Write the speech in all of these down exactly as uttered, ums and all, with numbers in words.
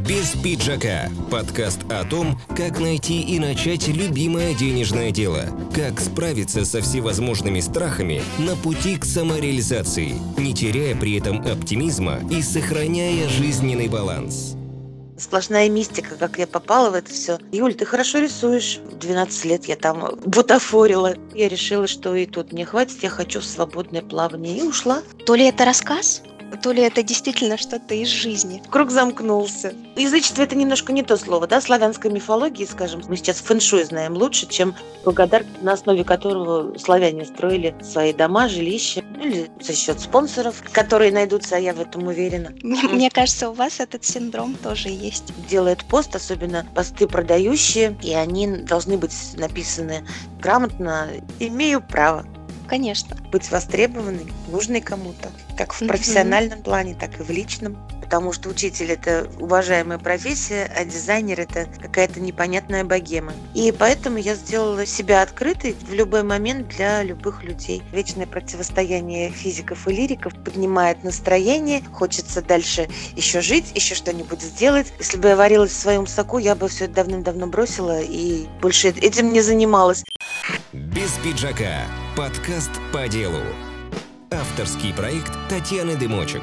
Без пиджака. Подкаст о том, как найти и начать любимое денежное дело. Как справиться со всевозможными страхами на пути к самореализации, не теряя при этом оптимизма и сохраняя жизненный баланс. Сплошная мистика, как я попала в это все. Юль, ты хорошо рисуешь. В двенадцать лет я там бутафорила. Я решила, что и тут мне хватит, я хочу в свободное плавание. И ушла. То ли это рассказ, то ли это действительно что-то из жизни. Круг замкнулся. Язычество — это немножко не то слово, да? Славянской мифологии, скажем, мы сейчас фэн-шуй знаем лучше, чем Благодар, на основе которого славяне строили свои дома, жилища, или за счет спонсоров, которые найдутся, а я в этом уверена. Мне кажется, у вас этот синдром тоже есть. Делает пост, особенно посты продающие, и они должны быть написаны грамотно. Имею право. Конечно. Быть востребованной, нужной кому-то, как в профессиональном mm-hmm. плане, так и в личном. Потому что учитель — это уважаемая профессия, а дизайнер — это какая-то непонятная богема. И поэтому я сделала себя открытой в любой момент для любых людей. Вечное противостояние физиков и лириков поднимает настроение, хочется дальше еще жить, еще что-нибудь сделать. Если бы я варилась в своем соку, я бы все это давным-давно бросила и больше этим не занималась. Без пиджака. Подкаст по делу. Авторский проект Татьяны Дымочек.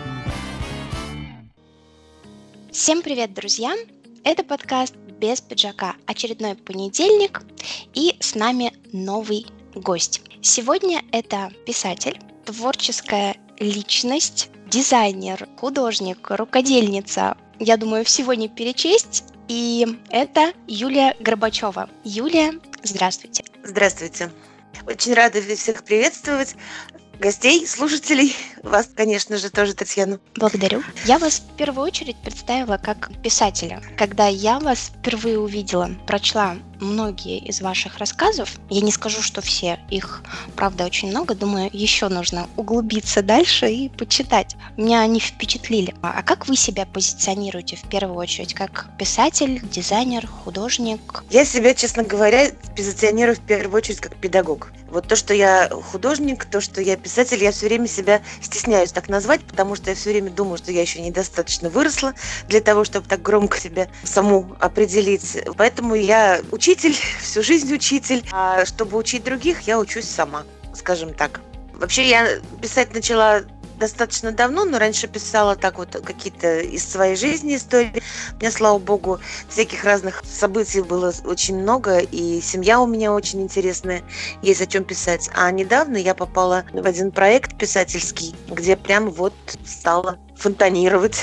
Всем привет, друзья! Это подкаст «Без пиджака». Очередной понедельник, и с нами новый гость. Сегодня это писатель, творческая личность, дизайнер, художник, рукодельница. Я думаю, всего не перечесть. И это Юлия Горбачева. Юлия, здравствуйте. Здравствуйте. Очень рада всех приветствовать. Гостей, слушателей, вас, конечно же, тоже, Татьяна. Благодарю. Я вас в первую очередь представила как писателя. Когда я вас впервые увидела, прочла многие из ваших рассказов, я не скажу, что все, их, правда, очень много, думаю, еще нужно углубиться дальше и почитать. Меня они впечатлили. А как вы себя позиционируете в первую очередь? Как писатель, дизайнер, художник? Я себя, честно говоря, позиционирую в первую очередь как педагог. Вот то, что я художник, то, что я писатель, я все время себя стесняюсь так назвать, потому что я все время думаю, что я еще недостаточно выросла для того, чтобы так громко себя саму определить. Поэтому я учитель, всю жизнь учитель, а чтобы учить других, я учусь сама, скажем так. Вообще я писать начала достаточно давно, но раньше писала так вот какие-то из своей жизни истории. У меня, слава богу, всяких разных событий было очень много, и семья у меня очень интересная, есть о чем писать. А недавно я попала в один проект писательский, где прям вот стала фонтанировать.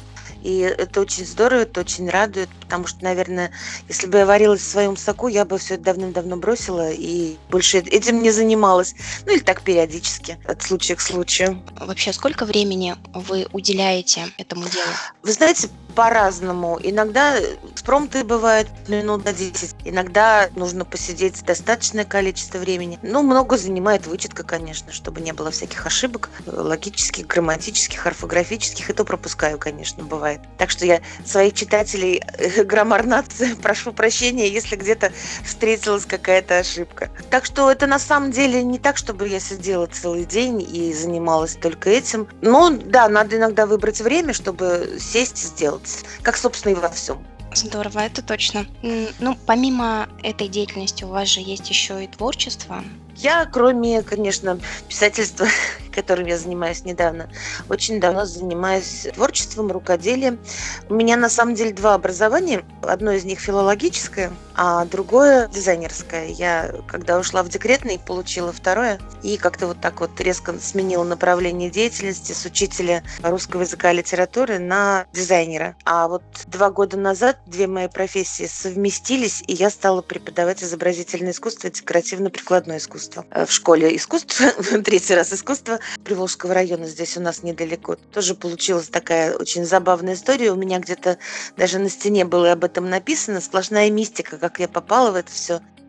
И это очень здорово, это очень радует, потому что, наверное, если бы я варилась в своем соку, я бы все это давным-давно бросила и больше этим не занималась. Ну или так периодически, от случая к случаю. Вообще, сколько времени вы уделяете этому делу? Вы знаете, по-разному. Иногда спромты бывают минут на десять, иногда нужно посидеть достаточное количество времени. Ну, много занимает вычетка, конечно, чтобы не было всяких ошибок логических, грамматических, орфографических, и то пропускаю, конечно, бывает. Так что я своих читателей граммар-нации прошу прощения, если где-то встретилась какая-то ошибка. Так что это на самом деле не так, чтобы я сидела целый день и занималась только этим. Но да, надо иногда выбрать время, чтобы сесть и сделать. Как, собственно, и во всем. Здорово, это точно. Ну, помимо этой деятельности у вас же есть еще и творчество. Я, кроме, конечно, писательства, которым я занимаюсь недавно, очень давно занимаюсь творчеством, рукоделием. У меня, на самом деле, два образования. Одно из них филологическое, а другое дизайнерское. Я, когда ушла в декретный, получила второе. И как-то вот так вот резко сменила направление деятельности с учителя русского языка и литературы на дизайнера. А вот два года назад две мои профессии совместились, и я стала преподавать изобразительное искусство и декоративно-прикладное искусство в школе искусств, третий раз искусство Приволжского района, здесь у нас недалеко. Тоже получилась такая очень забавная история. У меня где-то даже на стене было об этом написано. Сплошная мистика, как я попала в это все.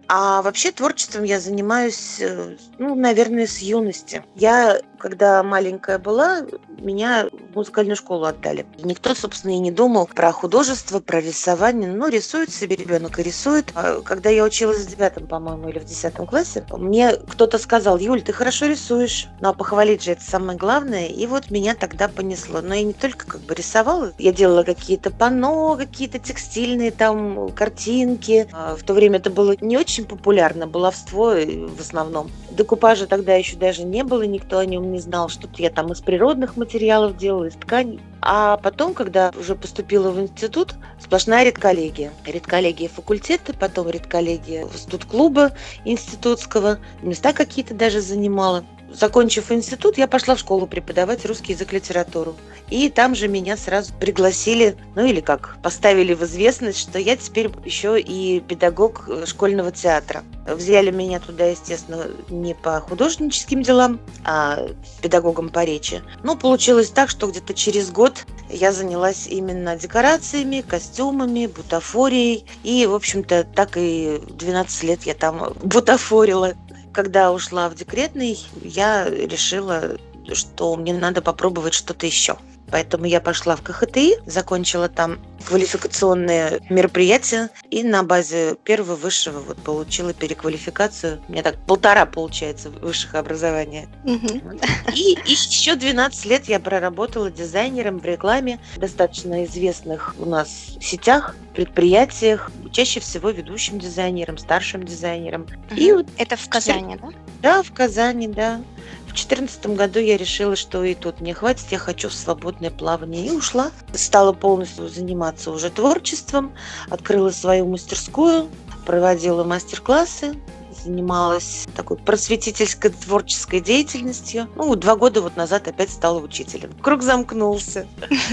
А вообще творчеством я занимаюсь, э, ну, наверное, с юности. Я, когда маленькая была, меня в музыкальную школу отдали. Никто, собственно, и не думал про художество, про рисование. Ну, рисует себе ребенок и рисует. А когда я училась в девятом, по-моему, или в десятом классе, мне кто-то сказал: Юль, ты хорошо рисуешь. Ну, а похвалить же это самое главное. И вот меня тогда понесло. Но я не только как бы рисовала, я делала какие-то панно, какие-то текстильные там картинки. А в то время это было не очень популярно, баловство в основном. Декупажа тогда еще даже не было, никто о нем не знал. Что-то я там из природных материалов делала, из тканей. А потом, когда уже поступила в институт, сплошная редколлегия. Редколлегия факультета, потом редколлегия студклуба институтского. Места какие-то даже занимала. Закончив институт, я пошла в школу преподавать русский язык, литературу. И там же меня сразу пригласили, ну или как, поставили в известность, что я теперь еще и педагог школьного театра. Взяли меня туда, естественно, не по художническим делам, а педагогом по речи. Но получилось так, что где-то через год я занялась именно декорациями, костюмами, бутафорией. И, в общем-то, так и двенадцать лет я там бутафорила. Когда ушла в декретный, я решила, что мне надо попробовать что-то еще. Поэтому я пошла в ка ха тэ и, закончила там квалификационные мероприятия и на базе первого высшего вот получила переквалификацию. У меня так полтора, получается, высших образования. Мгм. И, и еще двенадцать лет я проработала дизайнером в рекламе в достаточно известных у нас сетях, предприятиях, чаще всего ведущим дизайнером, старшим дизайнером. И Мгм. вот Это в Казани, да? да, в Казани, да. В две тысячи четырнадцатом году я решила, что и тут мне хватит, я хочу в свободное плавание. И ушла. Стала полностью заниматься уже творчеством, открыла свою мастерскую, проводила мастер-классы, занималась такой просветительской творческой деятельностью. Ну, два года вот назад опять стала учителем. Круг замкнулся.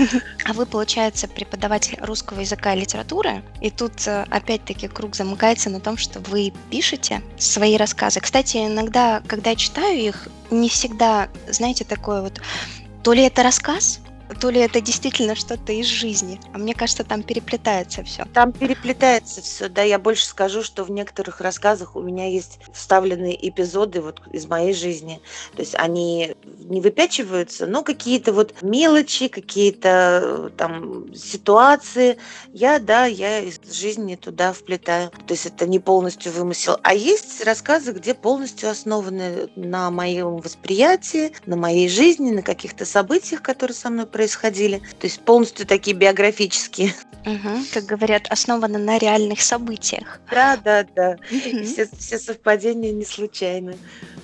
А вы, получается, преподаватель русского языка и литературы, и тут э, опять-таки круг замыкается на том, что вы пишете свои рассказы. Кстати, иногда, когда я читаю их, не всегда, знаете, такое вот, то ли это рассказ, то ли это действительно что-то из жизни. А мне кажется, там переплетается все. Там переплетается все, да, я больше скажу, что в некоторых рассказах у меня есть вставленные эпизоды вот из моей жизни. То есть они не выпячиваются, но какие-то вот мелочи, какие-то там ситуации, я, да, я из жизни туда вплетаю. То есть это не полностью вымысел. А есть рассказы, где полностью основаны на моем восприятии, на моей жизни, на каких-то событиях, которые со мной происходили. То есть полностью такие биографические. Угу. Как говорят, основано на реальных событиях. Да, да, да. Мгм. Все, все совпадения не случайны.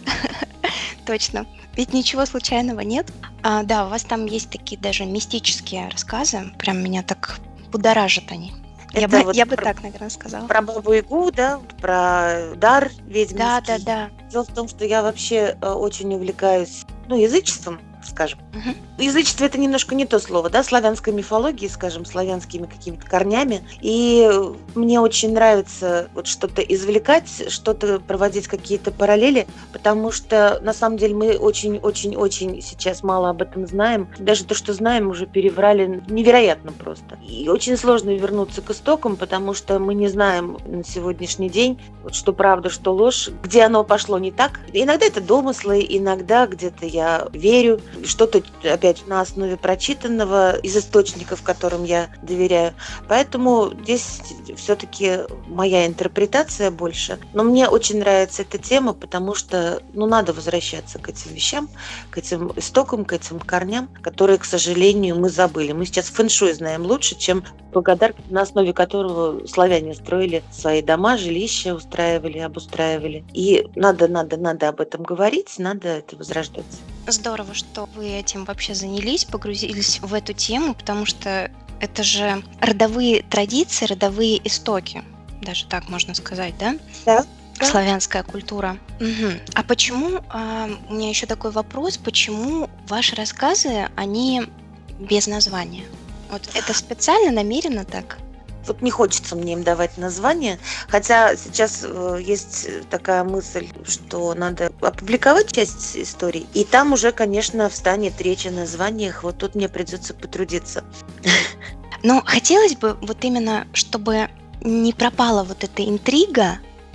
Точно. Ведь ничего случайного нет. А, да, у вас там есть такие даже мистические рассказы. Прям меня так будоражат они. Я Это бы, вот я бы про- так, наверное, сказала. Про Бабу Ягу, да, про дар ведьминский. Да, да, да. Дело в том, что я вообще э, очень увлекаюсь, ну, язычеством, скажем. Мгм. Язычество — это немножко не то слово, да, славянской мифологии, скажем, славянскими какими-то корнями. И мне очень нравится вот что-то извлекать, что-то проводить, какие-то параллели, потому что, на самом деле, мы очень-очень-очень сейчас мало об этом знаем. Даже то, что знаем, уже переврали невероятно просто. И очень сложно вернуться к истокам, потому что мы не знаем на сегодняшний день, вот что правда, что ложь, где оно пошло не так. Иногда это домыслы, иногда где-то я верю, что-то опять на основе прочитанного из источников, которым я доверяю. Поэтому здесь все-таки моя интерпретация больше. Но мне очень нравится эта тема, потому что ну, надо возвращаться к этим вещам, к этим истокам, к этим корням, которые, к сожалению, мы забыли. Мы сейчас фэн-шуй знаем лучше, чем Благодар, на основе которого славяне строили свои дома, жилища устраивали, обустраивали. И надо, надо, надо об этом говорить, надо это возрождать. Здорово, что вы этим вообще занялись, погрузились в эту тему, потому что это же родовые традиции, родовые истоки, даже так можно сказать, да? Да. Да. Славянская культура. Мгм. А почему, а, у меня еще такой вопрос, почему ваши рассказы, они без названия? Вот это специально, намеренно так? Вот не хочется мне им давать название, хотя сейчас э, есть такая мысль, что надо опубликовать часть историй, и там уже, конечно, встанет речь о названиях, вот тут мне придется потрудиться. Но хотелось бы вот именно, чтобы не пропала вот эта интрига,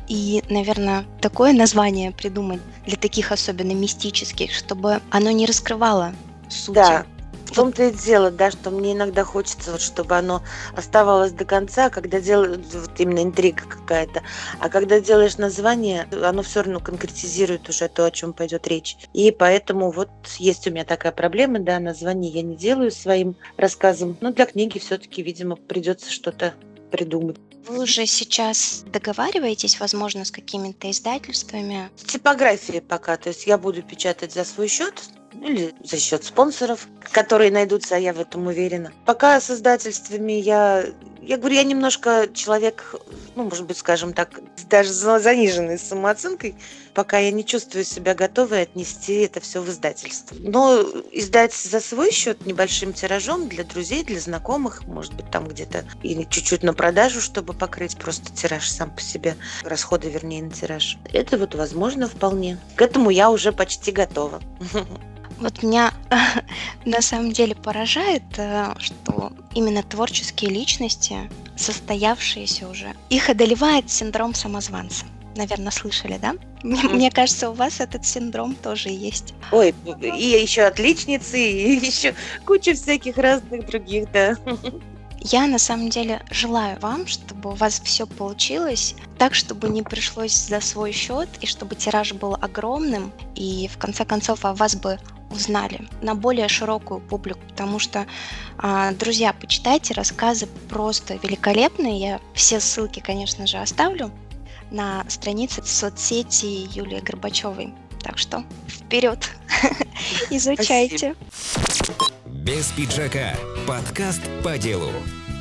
И, наверное, такое название придумать для таких особенно мистических, чтобы оно не раскрывало сути. Да, в том-то и дело, да, что мне иногда хочется, вот, чтобы оно оставалось до конца, когда делают вот именно интрига какая-то. А когда делаешь название, оно все равно конкретизирует уже то, о чем пойдет речь. И поэтому вот есть у меня такая проблема, да, название я не делаю своим рассказом, но для книги все-таки, видимо, придется что-то придумать. Вы уже сейчас договариваетесь, возможно, с какими-то издательствами? С типографией пока, то есть я буду печатать за свой счет или за счет спонсоров, которые найдутся, я в этом уверена. Пока с издательствами я, я говорю, я немножко человек, ну, может быть, скажем так, даже с заниженной самооценкой, пока я не чувствую себя готовой отнести это все в издательство. Но издать за свой счет небольшим тиражом для друзей, для знакомых, может быть, там где-то или чуть-чуть на продажу, чтобы покрыть просто тираж сам по себе, расходы, вернее, на тираж. Это вот возможно вполне. К этому я уже почти готова. Вот меня на самом деле поражает, что именно творческие личности, состоявшиеся уже, их одолевает синдром самозванца. Наверное, слышали, да? Мне, мне кажется, у вас этот синдром тоже есть. Ой, и еще отличницы, и еще куча всяких разных других, да. Я на самом деле желаю вам, чтобы у вас все получилось так, чтобы не пришлось за свой счет, и чтобы тираж был огромным, и в конце концов о вас бы узнали на более широкую публику, потому что, а, друзья, почитайте, рассказы просто великолепные. Я все ссылки, конечно же, оставлю на странице соцсети Юлии Горбачевой. Так что вперед, изучайте. Без пиджака. Подкаст по делу.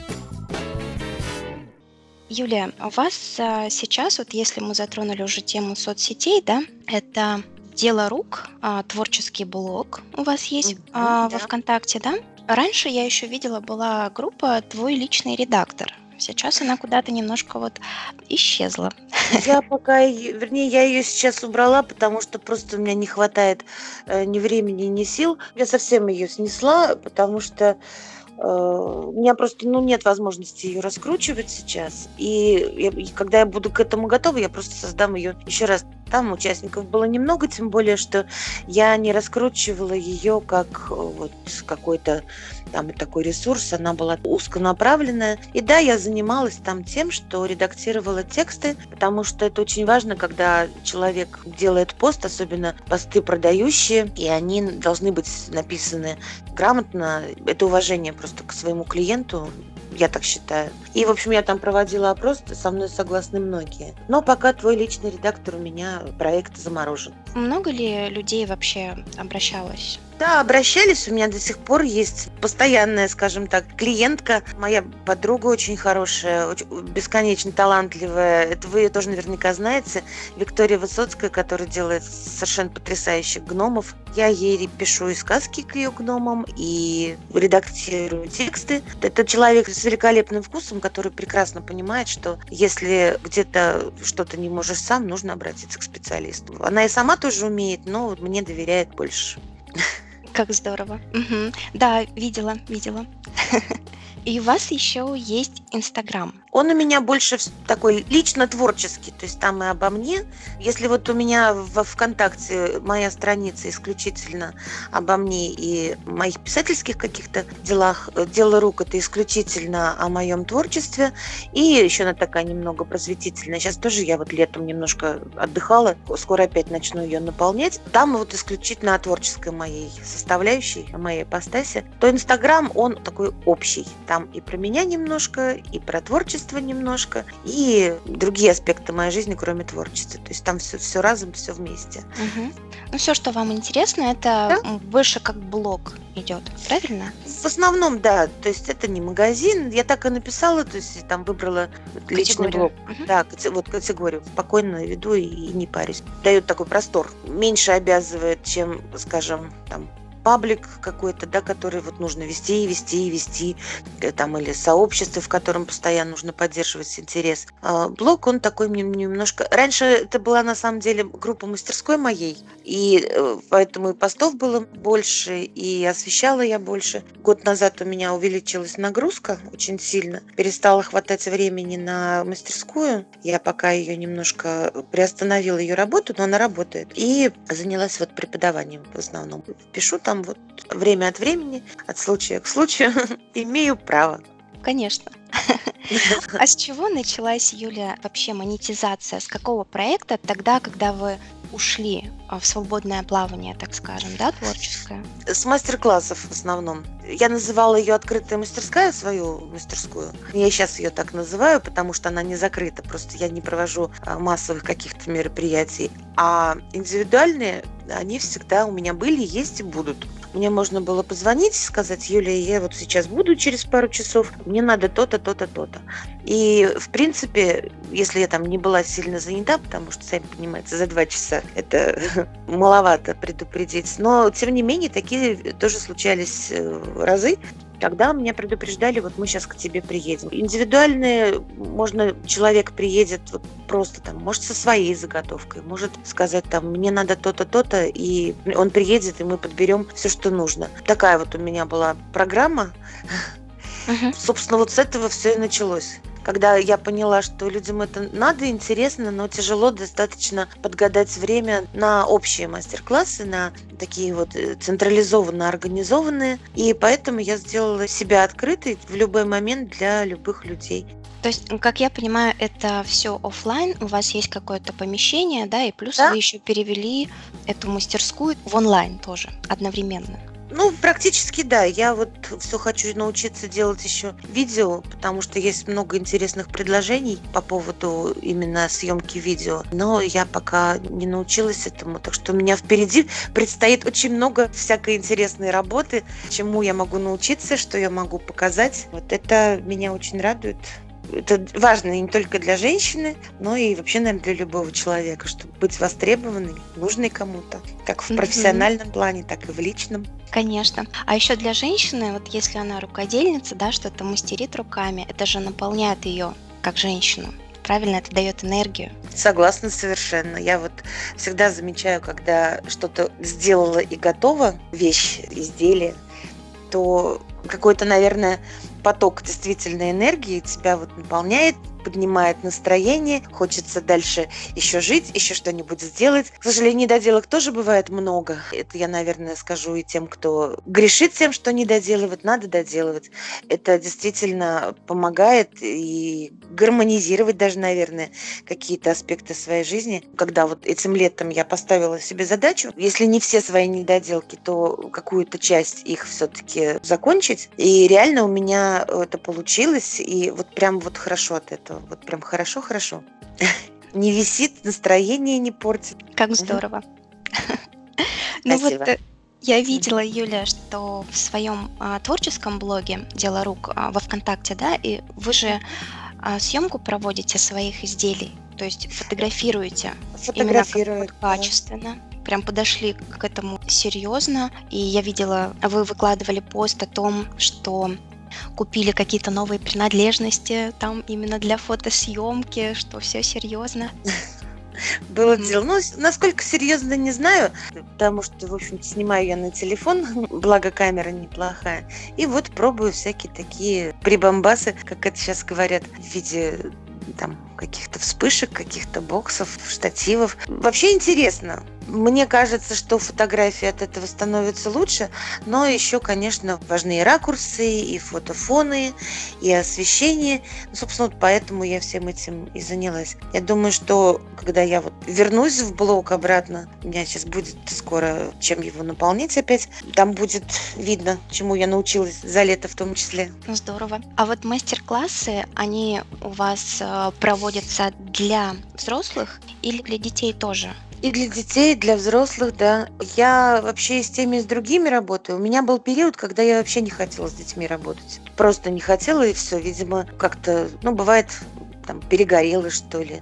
Юлия, у вас а, сейчас, вот если мы затронули уже тему соцсетей, да, это дело рук, а, творческий блог у вас есть Мгм, а, да. во ВКонтакте, да? Раньше я еще видела, была группа «Твой личный редактор». Сейчас она куда-то немножко вот исчезла. Я пока, её- вернее, я ее сейчас убрала, потому что просто у меня не хватает э, ни времени, ни сил. Я совсем ее снесла, потому что э, у меня просто, ну, нет возможности ее раскручивать сейчас. И, я- и когда я буду к этому готова, я просто создам ее еще раз. Там участников было немного, тем более, что я не раскручивала ее как э, вот какой-то там такой ресурс, она была узконаправленная. И да, я занималась там тем, что редактировала тексты, потому что это очень важно, когда человек делает пост, особенно посты продающие, и они должны быть написаны грамотно. Это уважение просто к своему клиенту, я так считаю. И, в общем, я там проводила опрос, со мной согласны многие. Но пока твой личный редактор у меня проект заморожен. Много ли людей вообще обращалось? Да, обращались, у меня до сих пор есть постоянная, скажем так, клиентка, моя подруга очень хорошая, очень- бесконечно талантливая, это вы ее тоже наверняка знаете, Виктория Высоцкая, которая делает совершенно потрясающих гномов. Я ей пишу и сказки к ее гномам, и редактирую тексты. Это человек с великолепным вкусом, который прекрасно понимает, что если где-то что-то не можешь сам, нужно обратиться к специалисту. Она и сама тоже умеет, но вот мне доверяет больше. Как здорово. Мгм. Да, видела, видела. И у вас еще есть Инстаграм. Он у меня больше вс- такой лично творческий, то есть там и обо мне. Если вот у меня во ВКонтакте моя страница исключительно обо мне и моих писательских каких-то делах, э, дело рук это исключительно о моем творчестве. И еще она такая немного просветительная. Сейчас тоже я вот летом немножко отдыхала, скоро опять начну ее наполнять. Там вот исключительно о творческой моей составляющей, о моей ипостаси. То Инстаграм, он такой общий. Там и про меня немножко, и про творчество немножко, и другие аспекты моей жизни, кроме творчества. То есть там все, все разом, все вместе. Мгм. Ну, все, что вам интересно, это м, больше как блог идет, правильно? В основном, да, то есть это не магазин, я так и написала, то есть там выбрала личный Категорию. блог. Мгм. Да, кате- вот категорию. Спокойно веду и, и не парюсь. Дает такой простор. Меньше обязывает, чем, скажем, там паблик какой-то, да, который вот нужно вести и вести и вести, э, там, или сообщество, в котором постоянно нужно поддерживать интерес. А блог, он такой мне немножко... Раньше это была на самом деле группа мастерской моей, и э, поэтому и постов было больше, и освещала я больше. Год назад у меня увеличилась нагрузка очень сильно, перестало хватать времени на мастерскую. Я пока ее немножко приостановила, ее работу, но она работает. И занялась вот преподаванием в основном. Пишу там вот время от времени, от случая к случаю. Имею право. Конечно. А с чего началась, Юля, вообще монетизация? С какого проекта тогда, когда вы ушли а, в свободное плавание, так скажем, да, творческое? С мастер-классов в основном. Я называла ее «Открытая мастерская», свою мастерскую. Я сейчас ее так называю, потому что она не закрыта. Просто я не провожу а, массовых каких-то мероприятий. А индивидуальные, они всегда у меня были, есть и будут. Мне можно было позвонить и сказать: Юлия, я вот сейчас буду через пару часов, мне надо то-то, то-то, то-то. И, в принципе, если я там не была сильно занята, потому что, сами понимаете, за два часа это маловато предупредить, но, тем не менее, такие тоже случались разы, когда меня предупреждали: вот мы сейчас к тебе приедем. Индивидуальные, можно, человек приедет вот просто там, может, со своей заготовкой, может сказать там: мне надо то-то, то-то, и он приедет, и мы подберем все, что нужно. Такая вот у меня была программа. Uh-huh. Собственно, вот с этого все и началось. Когда я поняла, что людям это надо, интересно, но тяжело достаточно подгадать время на общие мастер-классы, на такие вот централизованно организованные. И поэтому я сделала себя открытой в любой момент для любых людей. То есть, как я понимаю, это все офлайн, у вас есть какое-то помещение, да, и плюс Да. вы еще перевели эту мастерскую в онлайн тоже одновременно. Ну, практически да. Я вот все хочу научиться делать еще видео, потому что есть много интересных предложений по поводу именно съемки видео. Но я пока не научилась этому, так что у меня впереди предстоит очень много всякой интересной работы, чему я могу научиться, что я могу показать. Вот это меня очень радует. Это важно не только для женщины, но и вообще, наверное, для любого человека, чтобы быть востребованной, нужной кому-то, как в Мгм. профессиональном плане, так и в личном. Конечно. А еще для женщины, вот если она рукодельница, да, что-то мастерит руками, это же наполняет ее как женщину. Правильно, это дает энергию. Согласна совершенно. Я вот всегда замечаю, когда что-то сделала и готова, вещь, изделие, то какой-то, наверное, поток действительно энергии тебя вот наполняет, поднимает настроение, хочется дальше еще жить, еще что-нибудь сделать. К сожалению, недоделок тоже бывает много. Это я, наверное, скажу и тем, кто грешит тем, что не доделывает, надо доделывать. Это действительно помогает и гармонизировать даже, наверное, какие-то аспекты своей жизни. Когда вот этим летом я поставила себе задачу, если не все свои недоделки, то какую-то часть их все-таки закончить. И реально у меня это получилось, и вот прям вот хорошо от этого. Вот прям хорошо-хорошо. Не висит, настроение не портит. Как Мгм. здорово. Ну вот Спасибо. э, я видела, Юля, что в своем а, творческом блоге «Дело рук» а, во ВКонтакте, да, и вы же а, съемку проводите своих изделий, то есть фотографируете именно как Фотографирую. вот да. качественно. Прям подошли к этому серьезно. И я видела, вы выкладывали пост о том, что купили какие-то новые принадлежности там именно для фотосъемки, что все серьезно. Было Мгм. дело. Ну, с- насколько серьезно, не знаю, потому что, в общем-то, снимаю я на телефон, благо камера неплохая. И вот пробую всякие такие прибамбасы, как это сейчас говорят, в виде там каких-то вспышек, каких-то боксов, штативов. Вообще интересно. Мне кажется, что фотографии от этого становятся лучше, но еще, конечно, важны и ракурсы, и фотофоны, и освещение. Ну, собственно, вот поэтому я всем этим и занялась. Я думаю, что когда я вот вернусь в блог обратно, у меня сейчас будет скоро чем его наполнять опять, там будет видно, чему я научилась за лето в том числе. Ну, здорово. А вот мастер-классы, они у вас э, проводятся для взрослых или для детей тоже? И для детей, и для взрослых, да. Я вообще и с теми, и с другими работаю. У меня был период, когда я вообще не хотела с детьми работать. Просто не хотела, и все. Видимо, как-то, ну, бывает, там, перегорела, что ли.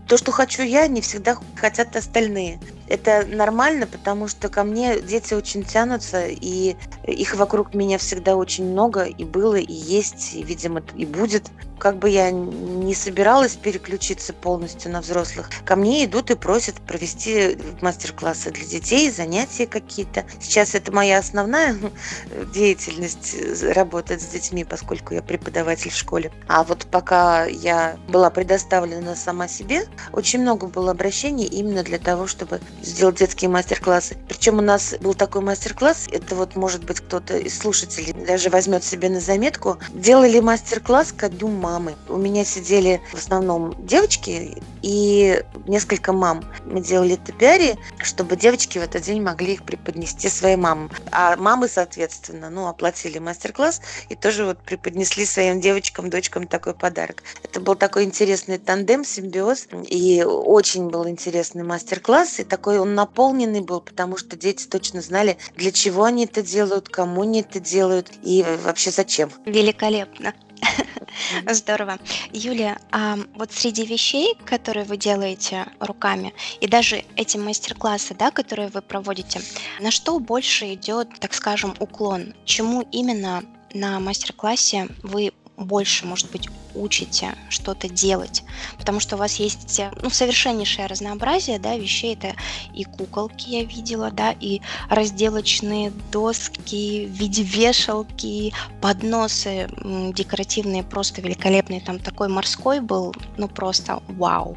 то, что хочу я, не всегда хотят остальные. Это нормально, потому что ко мне дети очень тянутся, и их вокруг меня всегда очень много, и было, и есть, и, видимо, и будет. Как бы я не собиралась переключиться полностью на взрослых, ко мне идут и просят провести мастер-классы для детей, занятия какие-то. Сейчас это моя основная деятельность, работать с детьми, поскольку я преподаватель в школе. А вот пока я была предоставлена сама себе, очень много было обращений именно для того, чтобы сделать детские мастер-классы. Причем у нас был такой мастер-класс, это вот, может быть, кто-то из слушателей даже возьмет себе на заметку, делали мастер-класс ко дню мамы. У меня сидели в основном девочки и несколько мам. Мы делали топиарии, чтобы девочки в этот день могли их преподнести своим мамам. А мамы, соответственно, ну, оплатили мастер-класс и тоже вот преподнесли своим девочкам, дочкам такой подарок. Это был такой интересный тандем, симбиоз, и очень был интересный мастер-класс, и такой он наполненный был, потому что дети точно знали, для чего они это делают, кому они это делают и вообще зачем. Великолепно. Здорово. Юлия, а вот среди вещей, которые вы делаете руками, и даже эти мастер-классы, да, которые вы проводите, на что больше идет, так скажем, уклон? Чему именно на мастер-классе вы больше, может быть, учите что-то делать? Потому что у вас есть, ну, совершеннейшее разнообразие, да, вещей. Это и куколки я видела, да, и разделочные доски в виде вешалки, подносы м, декоративные, просто великолепные. Там такой морской был, ну, просто вау.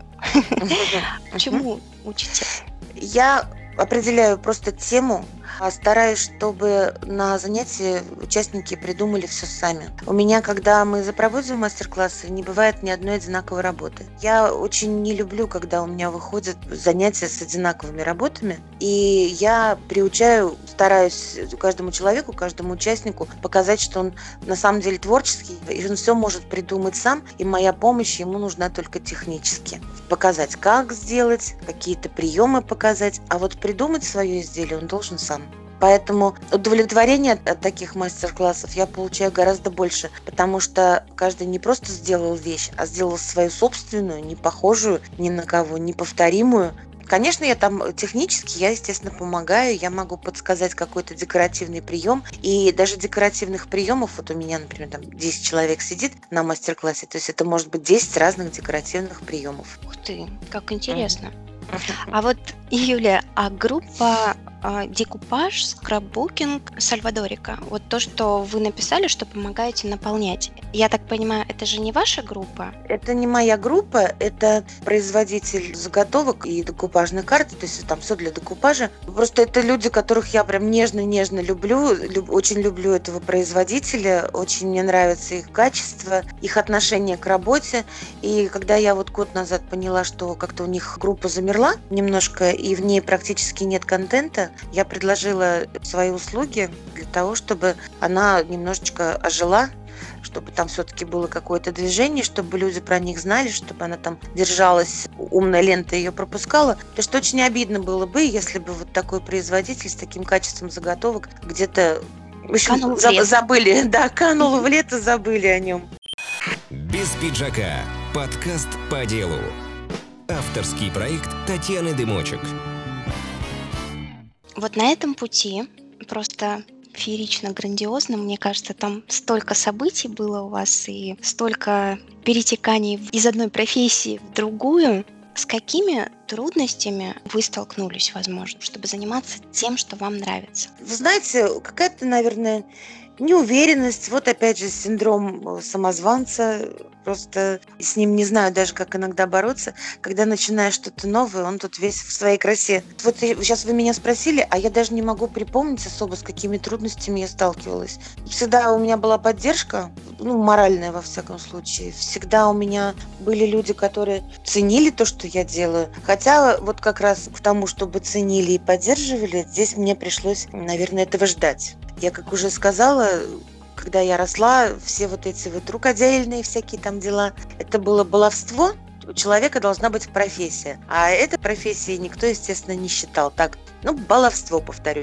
Чему учите? Я определяю просто тему, стараюсь, чтобы на занятии участники придумали все сами. У меня, когда мы запроводим мастер-классы, не бывает ни одной одинаковой работы. Я очень не люблю, когда у меня выходят занятия с одинаковыми работами, и я приучаю, стараюсь каждому человеку, каждому участнику показать, что он на самом деле творческий, и он все может придумать сам, и моя помощь ему нужна только технически. Показать, как сделать, какие-то приемы показать, а вот придумать свое изделие он должен сам. Поэтому удовлетворение от, от таких мастер-классов я получаю гораздо больше, потому что каждый не просто сделал вещь, а сделал свою собственную, не похожую ни на кого, неповторимую. Конечно, я там технически, я, естественно, помогаю, я могу подсказать какой-то декоративный прием, и даже декоративных приемов, вот у меня, например, там десять человек сидит на мастер-классе, то есть это может быть десять разных декоративных приемов. Ух ты, как интересно. А вот, Юлия, а группа а, декупаж, скраббукинг, сальвадорика, вот то, что вы написали, что помогаете наполнять, я так понимаю, это же не ваша группа? Это не моя группа, это производитель заготовок и декупажной карты, то есть там все для декупажа. Просто это люди, которых я прям нежно-нежно люблю, люб, очень люблю этого производителя, очень мне нравится их качество, их отношение к работе. И когда я вот год назад поняла, что как-то у них группа замерла немножко, и в ней практически нет контента, я предложила свои услуги для того, чтобы она немножечко ожила, чтобы там все-таки было какое-то движение, чтобы люди про них знали, чтобы она там держалась, умная лента ее пропускала. Потому что очень обидно было бы, если бы вот такой производитель с таким качеством заготовок где-то, в общем, за- забыли, да, канул в лето, забыли о нем. Без пиджака. Подкаст по делу. Авторский проект Татьяны Дымочек. Вот на этом пути просто феерично, грандиозно. Мне кажется, там столько событий было у вас и столько перетеканий из одной профессии в другую. С какими трудностями вы столкнулись, возможно, чтобы заниматься тем, что вам нравится? Вы знаете, какая-то, наверное, неуверенность, вот опять же синдром самозванца, просто с ним не знаю даже, как иногда бороться, когда начинаешь что-то новое, он тут весь в своей красе. Вот сейчас вы меня спросили, а я даже не могу припомнить особо, с какими трудностями я сталкивалась. Всегда у меня была поддержка, ну, моральная во всяком случае. Всегда у меня были люди, которые ценили то, что я делаю. Хотя вот как раз к тому, чтобы ценили и поддерживали, здесь мне пришлось, наверное, этого ждать. Я, как уже сказала, когда я росла, все вот эти вот рукодельные всякие там дела, это было баловство. У человека должна быть профессия. А этой профессией никто, естественно, не считал. Так, ну, баловство, повторюсь.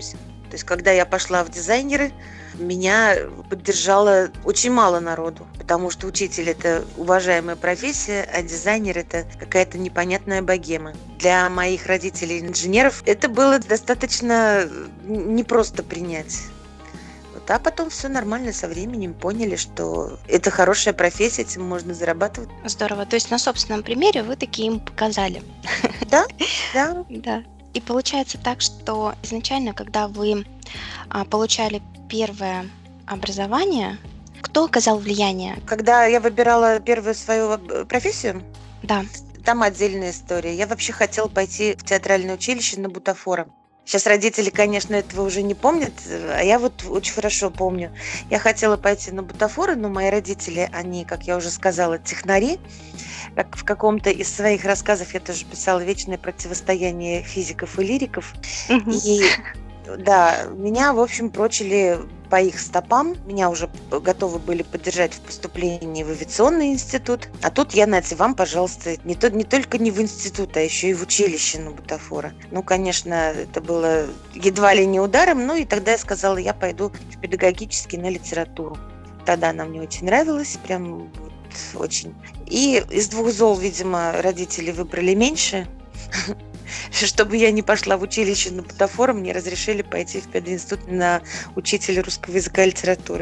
То есть, когда я пошла в дизайнеры, меня поддержало очень мало народу, потому что учитель – это уважаемая профессия, а дизайнер – это какая-то непонятная богема. Для моих родителей-инженеров это было достаточно непросто принять. Вот, а потом все нормально, со временем поняли, что это хорошая профессия, этим можно зарабатывать. Здорово. То есть на собственном примере вы таки им показали. Да, да. Да. И получается так, что изначально, когда вы а, получали первое образование, кто оказал влияние? Когда я выбирала первую свою профессию, Да. там отдельная история. Я вообще хотела пойти в театральное училище на бутафора. Сейчас родители, конечно, этого уже не помнят, а я вот очень хорошо помню. Я хотела пойти на бутафоры, но мои родители, они, как я уже сказала, технари. Как в каком-то из своих рассказов я тоже писала «Вечное противостояние физиков и лириков». Мгм. И да, меня, в общем, прочили по их стопам. Меня уже готовы были поддержать в поступлении в авиационный институт. А тут я, нате, вам, пожалуйста, не, то, не только не в институт, а еще и в училище на бутафора. Ну, конечно, это было едва ли не ударом, но и тогда я сказала, я пойду в педагогический на литературу. Тогда она мне очень нравилась, прям вот очень. И из двух зол, видимо, родители выбрали меньше. Чтобы я не пошла в училище на бутафор, мне разрешили пойти в пединститут на учителя русского языка и литературы.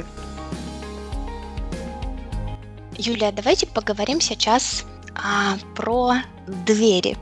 Юлия, давайте поговорим сейчас а, про двери.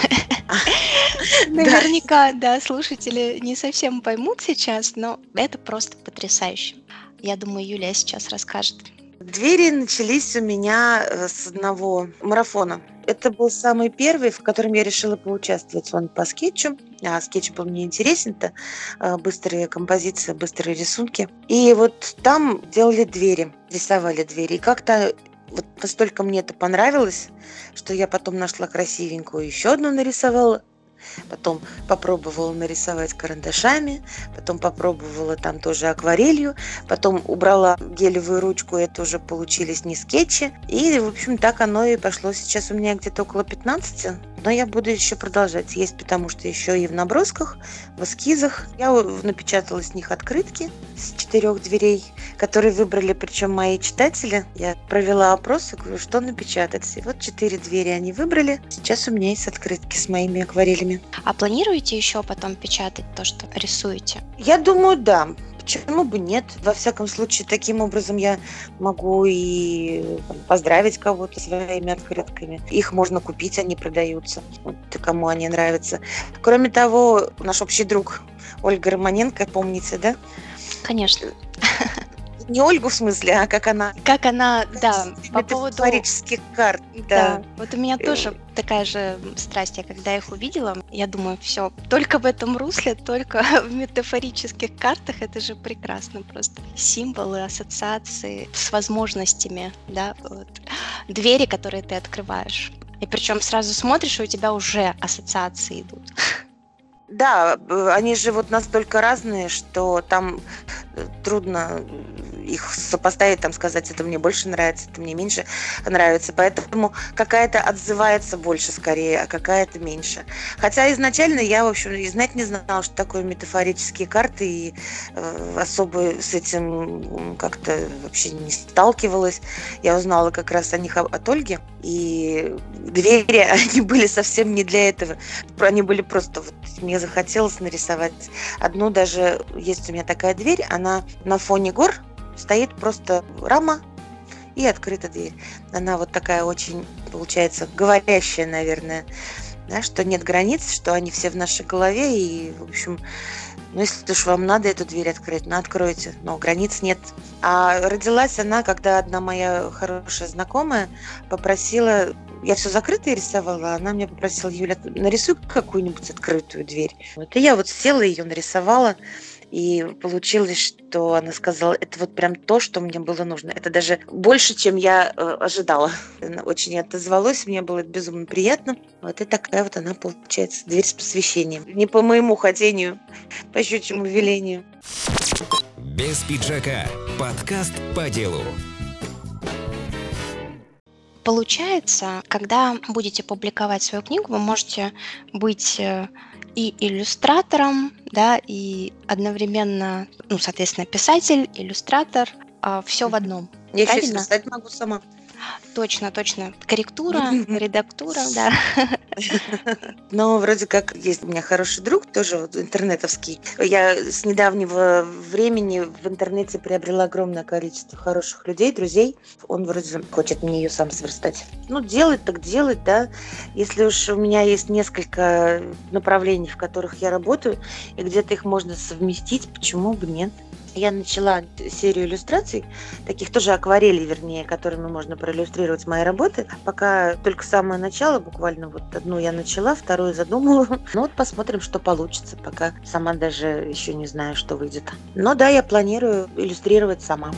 Наверняка, да, слушатели не совсем поймут сейчас, но это просто потрясающе. Я думаю, Юлия сейчас расскажет. Двери начались у меня с одного марафона. Это был самый первый, в котором я решила поучаствовать. Он по скетчу. А скетч был мне интересен. Это быстрые композиции, быстрые рисунки. И вот там делали двери, рисовали двери. И как-то вот настолько мне это понравилось, что я потом нашла красивенькую, еще одну нарисовала. Потом попробовала нарисовать карандашами, потом попробовала там тоже акварелью, потом убрала гелевую ручку, это уже получились не скетчи. И, в общем, так оно и пошло. Сейчас у меня где-то около пятнадцати, но я буду еще продолжать есть, потому что еще и в набросках, в эскизах. Я напечатала с них открытки с четырех дверей, которые выбрали, причем мои читатели. Я провела опрос и говорю, что напечатать. И вот четыре двери они выбрали. Сейчас у меня есть открытки с моими акварелями. А планируете еще потом печатать то, что рисуете? Я думаю, да. Почему бы нет? Во всяком случае, таким образом я могу и там, поздравить кого-то своими открытками. Их можно купить, они продаются. Вот кому они нравятся. Кроме того, наш общий друг Ольга Романенко, помните, да? Конечно. Не Ольгу в смысле, а как она... Как она, да, по поводу... метафорических карт. Да. Да, вот у меня тоже такая же страсть. Я когда их увидела, я думаю, все, только в этом русле, только в метафорических картах, это же прекрасно просто. Символы, ассоциации с возможностями, да, вот. Двери, которые ты открываешь. И причем сразу смотришь, и у тебя уже ассоциации идут. Да, они же вот настолько разные, что там трудно их сопоставить, там сказать, это мне больше нравится, это мне меньше нравится. Поэтому какая-то отзывается больше скорее, а какая-то меньше. Хотя изначально я, в общем, и знать не знала, что такое метафорические карты, и э, особо с этим как-то вообще не сталкивалась. Я узнала как раз о них от Ольги. И двери, они были совсем не для этого. Они были просто, вот, мне захотелось нарисовать одну, даже есть у меня такая дверь, она на фоне гор, стоит просто рама и открыта дверь. Она вот такая очень, получается, говорящая, наверное, да, что нет границ, что они все в нашей голове, и, в общем, ну, если уж вам надо эту дверь открыть, ну, откройте, но границ нет. А родилась она, когда одна моя хорошая знакомая попросила, я все закрытое рисовала, она мне попросила, Юля, нарисуй какую-нибудь открытую дверь. Вот, и я вот села, ее нарисовала, и получилось, что она сказала, это вот прям то, что мне было нужно. Это даже больше, чем я э, ожидала. Она очень отозвалась, мне было это безумно приятно. Вот и такая вот она получается, дверь с посвящением. Не по моему хотению, по щучьему велению. Без пиджака. Подкаст по делу. Получается, когда будете публиковать свою книгу, вы можете быть и иллюстратором, да, и одновременно, ну, соответственно, писатель, иллюстратор, все в одном. Я еще и Правильно? сверстать могу сама. Точно, точно. Корректура, редактура, да. Но вроде как есть у меня хороший друг, тоже вот интернетовский. Я с недавнего времени в интернете приобрела огромное количество хороших людей, друзей. Он вроде хочет мне ее сам сверстать. Ну, делать так делать, да. Если уж у меня есть несколько направлений, в которых я работаю, и где-то их можно совместить, почему бы нет? Я начала серию иллюстраций, таких тоже акварелей, вернее, которыми можно проиллюстрировать мои работы. Пока только самое начало, буквально вот одну я начала, вторую задумала. Ну вот посмотрим, что получится, пока сама даже еще не знаю, что выйдет. Но да, я планирую иллюстрировать сама.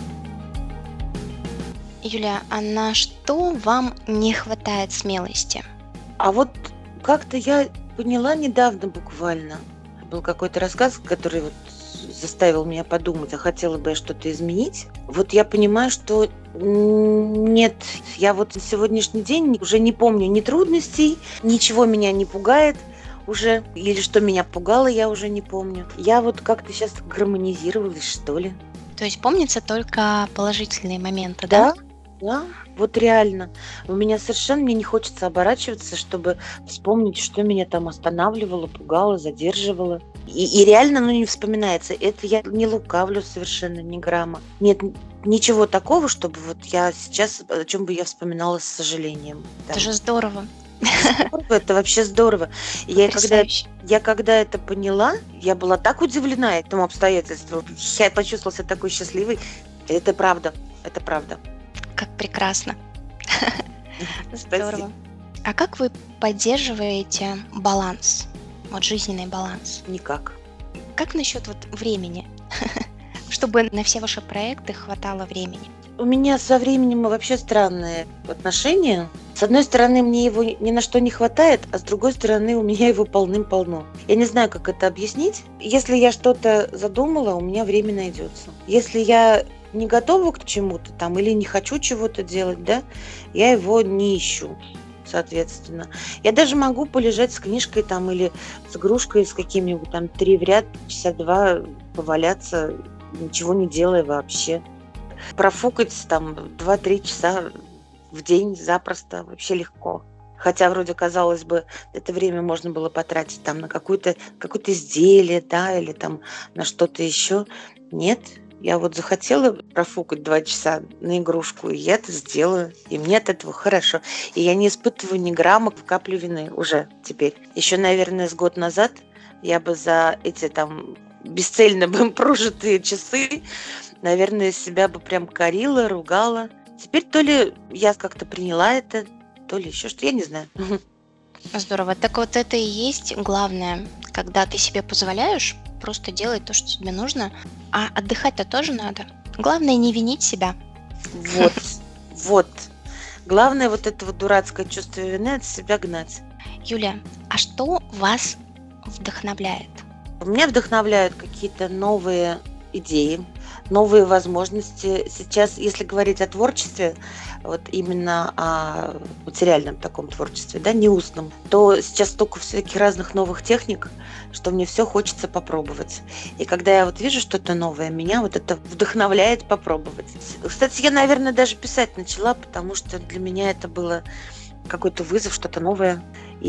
Юля, а на что вам не хватает смелости? А вот как-то я поняла недавно буквально. Был какой-то рассказ, который вот заставил меня подумать, а хотела бы я что-то изменить. Вот я понимаю, что нет, я вот на сегодняшний день уже не помню ни трудностей, ничего меня не пугает уже, или что меня пугало, я уже не помню. Я вот как-то сейчас гармонизировалась, что ли. То есть помнится только положительные моменты, да? Да, да, вот реально. У меня совершенно мне не хочется оборачиваться, чтобы вспомнить, что меня там останавливало, пугало, задерживало. И, и реально, ну, не вспоминается. Это я не лукавлю совершенно, ни грамма. Нет ничего такого, чтобы вот я сейчас, о чем бы я вспоминала с сожалением. Да. Это же здорово. Здорово, это вообще здорово. И я когда, я когда это поняла, я была так удивлена этому обстоятельству. Я почувствовала себя такой счастливой. Это правда, это правда. Как прекрасно. Спасибо. Здорово. А как вы поддерживаете баланс? Вот жизненный баланс. Никак. Как насчет вот времени? Чтобы на все ваши проекты хватало времени. У меня со временем вообще странные отношения. С одной стороны, мне его ни на что не хватает, а с другой стороны, у меня его полным-полно. Я не знаю, как это объяснить. Если я что-то задумала, у меня время найдется. Если я не готова к чему-то там или не хочу чего-то делать, да, я его не ищу. Соответственно. Я даже могу полежать с книжкой там или с игрушкой, с каким-нибудь там три в ряд, часа два поваляться, ничего не делая вообще. Профукать там два-три часа в день запросто, вообще легко. Хотя вроде, казалось бы, это время можно было потратить там на какое-то, какое-то изделие, да, или там на что-то еще. Нет. Я вот захотела профукать два часа на игрушку, и я это сделаю. И мне от этого хорошо. И я не испытываю ни грамма капли вины уже теперь. Еще, наверное, с год назад я бы за эти там бесцельно бы прожитые часы, наверное, себя бы прям корила, ругала. Теперь то ли я как-то приняла это, то ли еще что, я не знаю. Здорово. Так вот это и есть главное, когда ты себе позволяешь просто делать то, что тебе нужно, а отдыхать-то тоже надо. Главное не винить себя. Вот, вот. Главное вот это вот дурацкое чувство вины от себя гнать. Юля, а что вас вдохновляет? Меня вдохновляют какие-то новые идеи, новые возможности. Сейчас, если говорить о творчестве, вот именно о материальном таком творчестве, да, не устном, то сейчас столько всяких разных новых техник, что мне все хочется попробовать. И когда я вот вижу что-то новое, меня вот это вдохновляет попробовать. Кстати, я, наверное, даже писать начала, потому что для меня это было какой-то вызов, что-то новое.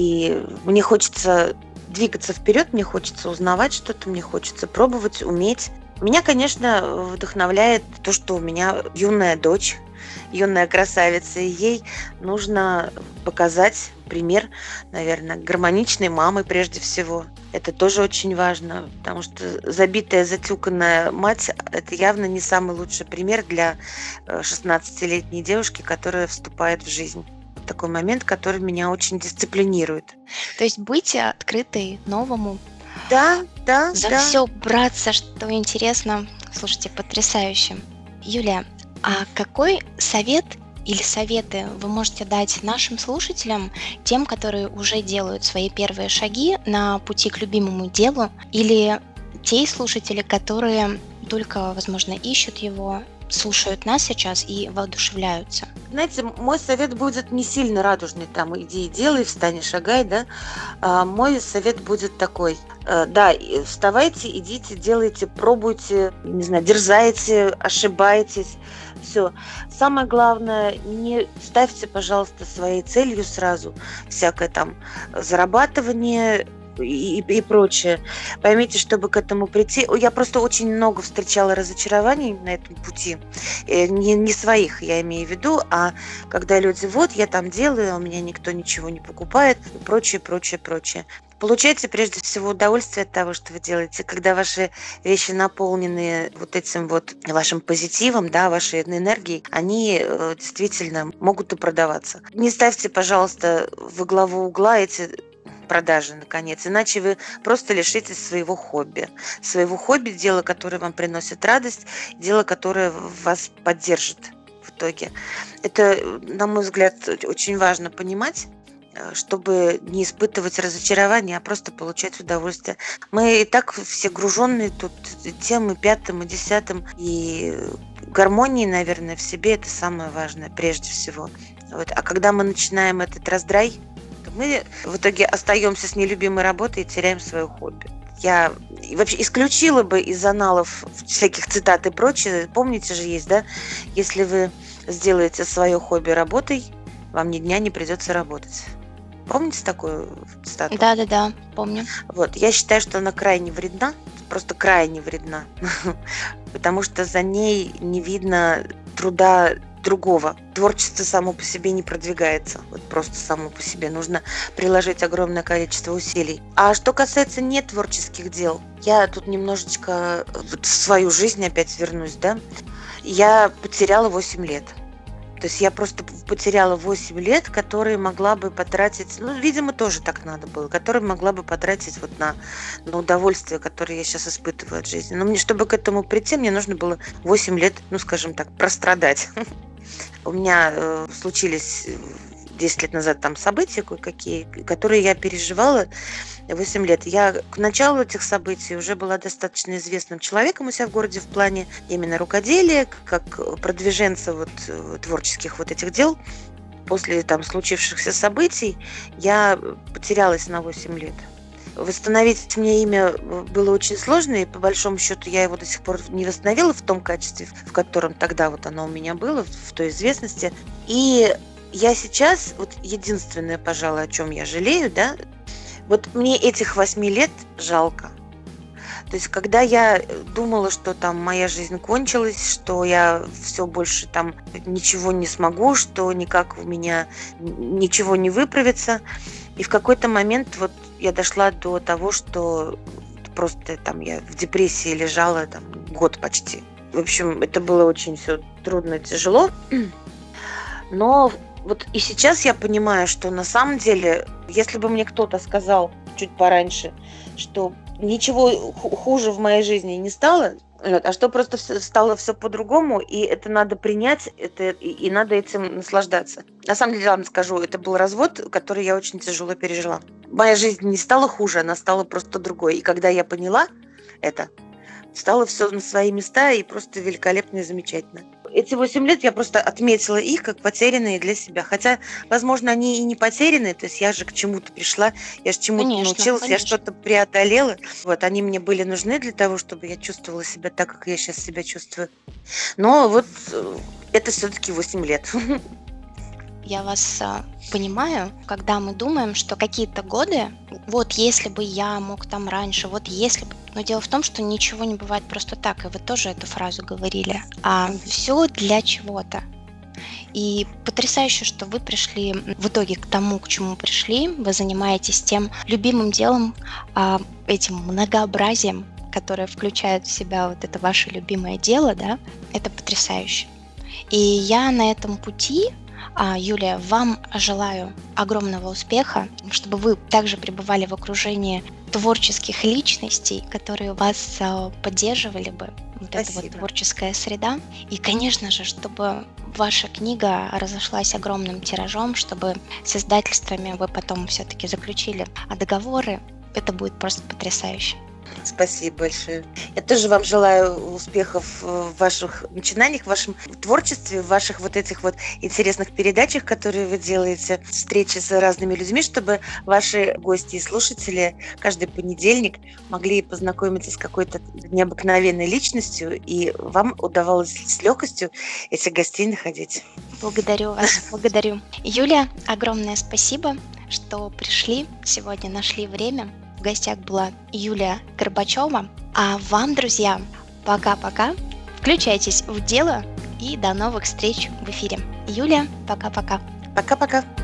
И мне хочется двигаться вперед, мне хочется узнавать что-то, мне хочется пробовать, уметь. Меня, конечно, вдохновляет то, что у меня юная дочь, юная красавица, и ей нужно показать пример, наверное, гармоничной мамы прежде всего. Это тоже очень важно, потому что забитая, затюканная мать – это явно не самый лучший пример для шестнадцатилетней девушки, которая вступает в жизнь. Такой момент, который меня очень дисциплинирует. То есть быть открытой новому. Да, да, За да. все браться, что интересно. Слушайте, потрясающе. Юлия, а какой совет или советы вы можете дать нашим слушателям, тем, которые уже делают свои первые шаги на пути к любимому делу, или те слушатели, которые только, возможно, ищут его, слушают нас сейчас и воодушевляются? Знаете, мой совет будет не сильно радужный, там, иди и делай, встань и шагай, да. А мой совет будет такой, э, да, и вставайте, идите, делайте, пробуйте, не знаю, дерзайте, ошибайтесь, все. Самое главное, не ставьте, пожалуйста, своей целью сразу всякое там зарабатывание и, и, и прочее. Поймите, чтобы к этому прийти. Я просто очень много встречала разочарований на этом пути. Э, Не, не своих, я имею в виду, а когда люди, вот, я там делаю, а у меня никто ничего не покупает, и прочее, прочее, прочее. Получайте прежде всего удовольствие от того, что вы делаете, когда ваши вещи наполнены вот этим вот вашим позитивом, да, вашей энергией, они э, действительно могут и продаваться. Не ставьте, пожалуйста, во главу угла эти продажи, наконец, иначе вы просто лишитесь своего хобби. Своего хобби, дело, которое вам приносит радость, дело, которое вас поддержит в итоге. Это, на мой взгляд, очень важно понимать, чтобы не испытывать разочарование, а просто получать удовольствие. Мы и так все груженные тут тем и пятым, и десятым, и гармонией, наверное, в себе это самое важное прежде всего. Вот. А когда мы начинаем этот раздрай, то мы в итоге остаемся с нелюбимой работой и теряем свое хобби. Я вообще исключила бы из аналов всяких цитат и прочее. Помните же есть, да? Если вы сделаете свое хобби работой, вам ни дня не придется работать. Помните такую цитату? Да-да-да, помню. Вот, я считаю, что она крайне вредна, просто крайне вредна, потому что за ней не видно труда другого. Творчество само по себе не продвигается, вот просто само по себе. Нужно приложить огромное количество усилий. А что касается нетворческих дел, я тут немножечко в свою жизнь опять вернусь, да? Я потеряла восемь лет. То есть я просто потеряла восемь лет, которые могла бы потратить, ну, видимо, тоже так надо было, которые могла бы потратить вот на, на удовольствие, которое я сейчас испытываю от жизни. Но мне, чтобы к этому прийти, мне нужно было восемь лет, ну, скажем так, прострадать. У меня э, случились десять лет назад там события кое-какие, которые я переживала восемь лет. Я к началу этих событий уже была достаточно известным человеком у себя в городе в плане именно рукоделия, как продвиженца вот творческих вот этих дел. После там случившихся событий я потерялась на восемь лет. Восстановить мне имя было очень сложно, и по большому счету я его до сих пор не восстановила в том качестве, в котором тогда вот оно у меня было, в той известности. И я сейчас, вот единственное, пожалуй, о чем я жалею, да, вот мне этих восьми лет жалко. То есть, когда я думала, что там моя жизнь кончилась, что я все больше там ничего не смогу, что никак у меня ничего не выправится, и в какой-то момент вот я дошла до того, что просто там я в депрессии лежала там год почти. В общем, это было очень все трудно, тяжело. Но вот и сейчас я понимаю, что на самом деле, если бы мне кто-то сказал чуть пораньше, что ничего хуже в моей жизни не стало, а что просто стало все по-другому, и это надо принять, это, и, и надо этим наслаждаться. На самом деле, ладно скажу, это был развод, который я очень тяжело пережила. Моя жизнь не стала хуже, она стала просто другой. И когда я поняла это, стало все на свои места и просто великолепно и замечательно. Эти восемь лет я просто отметила их как потерянные для себя. Хотя, возможно, они и не потерянные. То есть я же к чему-то пришла, я же чему-то Конечно, научилась, конечно. я что-то преодолела. Вот, они мне были нужны для того, чтобы я чувствовала себя так, как я сейчас себя чувствую. Но вот э, это все-таки восемь лет. Я вас а, понимаю, когда мы думаем, что какие-то годы, вот если бы я мог там раньше, вот если бы. Но дело в том, что ничего не бывает просто так, и вы тоже эту фразу говорили. А все для чего-то. И потрясающе, что вы пришли в итоге к тому, к чему пришли. Вы занимаетесь тем любимым делом, а, этим многообразием, которое включает в себя вот это ваше любимое дело, да. Это потрясающе. И я на этом пути, а, Юлия, вам желаю огромного успеха, чтобы вы также пребывали в окружении творческих личностей, которые вас а, поддерживали бы, вот эта вот Спасибо. творческая среда. И, конечно же, чтобы ваша книга разошлась огромным тиражом, чтобы с издательствами вы потом все-таки заключили договоры, это будет просто потрясающе. Спасибо большое. Я тоже вам желаю успехов в ваших начинаниях, в вашем творчестве, в ваших вот этих вот интересных передачах, которые вы делаете, встречи с разными людьми, чтобы ваши гости и слушатели каждый понедельник могли познакомиться с какой-то необыкновенной личностью, и вам удавалось с легкостью этих гостей находить. Благодарю вас, благодарю. Юля, огромное спасибо, что пришли сегодня, нашли время. В гостях была Юлия Горбачева. А вам, друзья, пока-пока. Включайтесь в дело и до новых встреч в эфире. Юля, пока-пока. Пока-пока.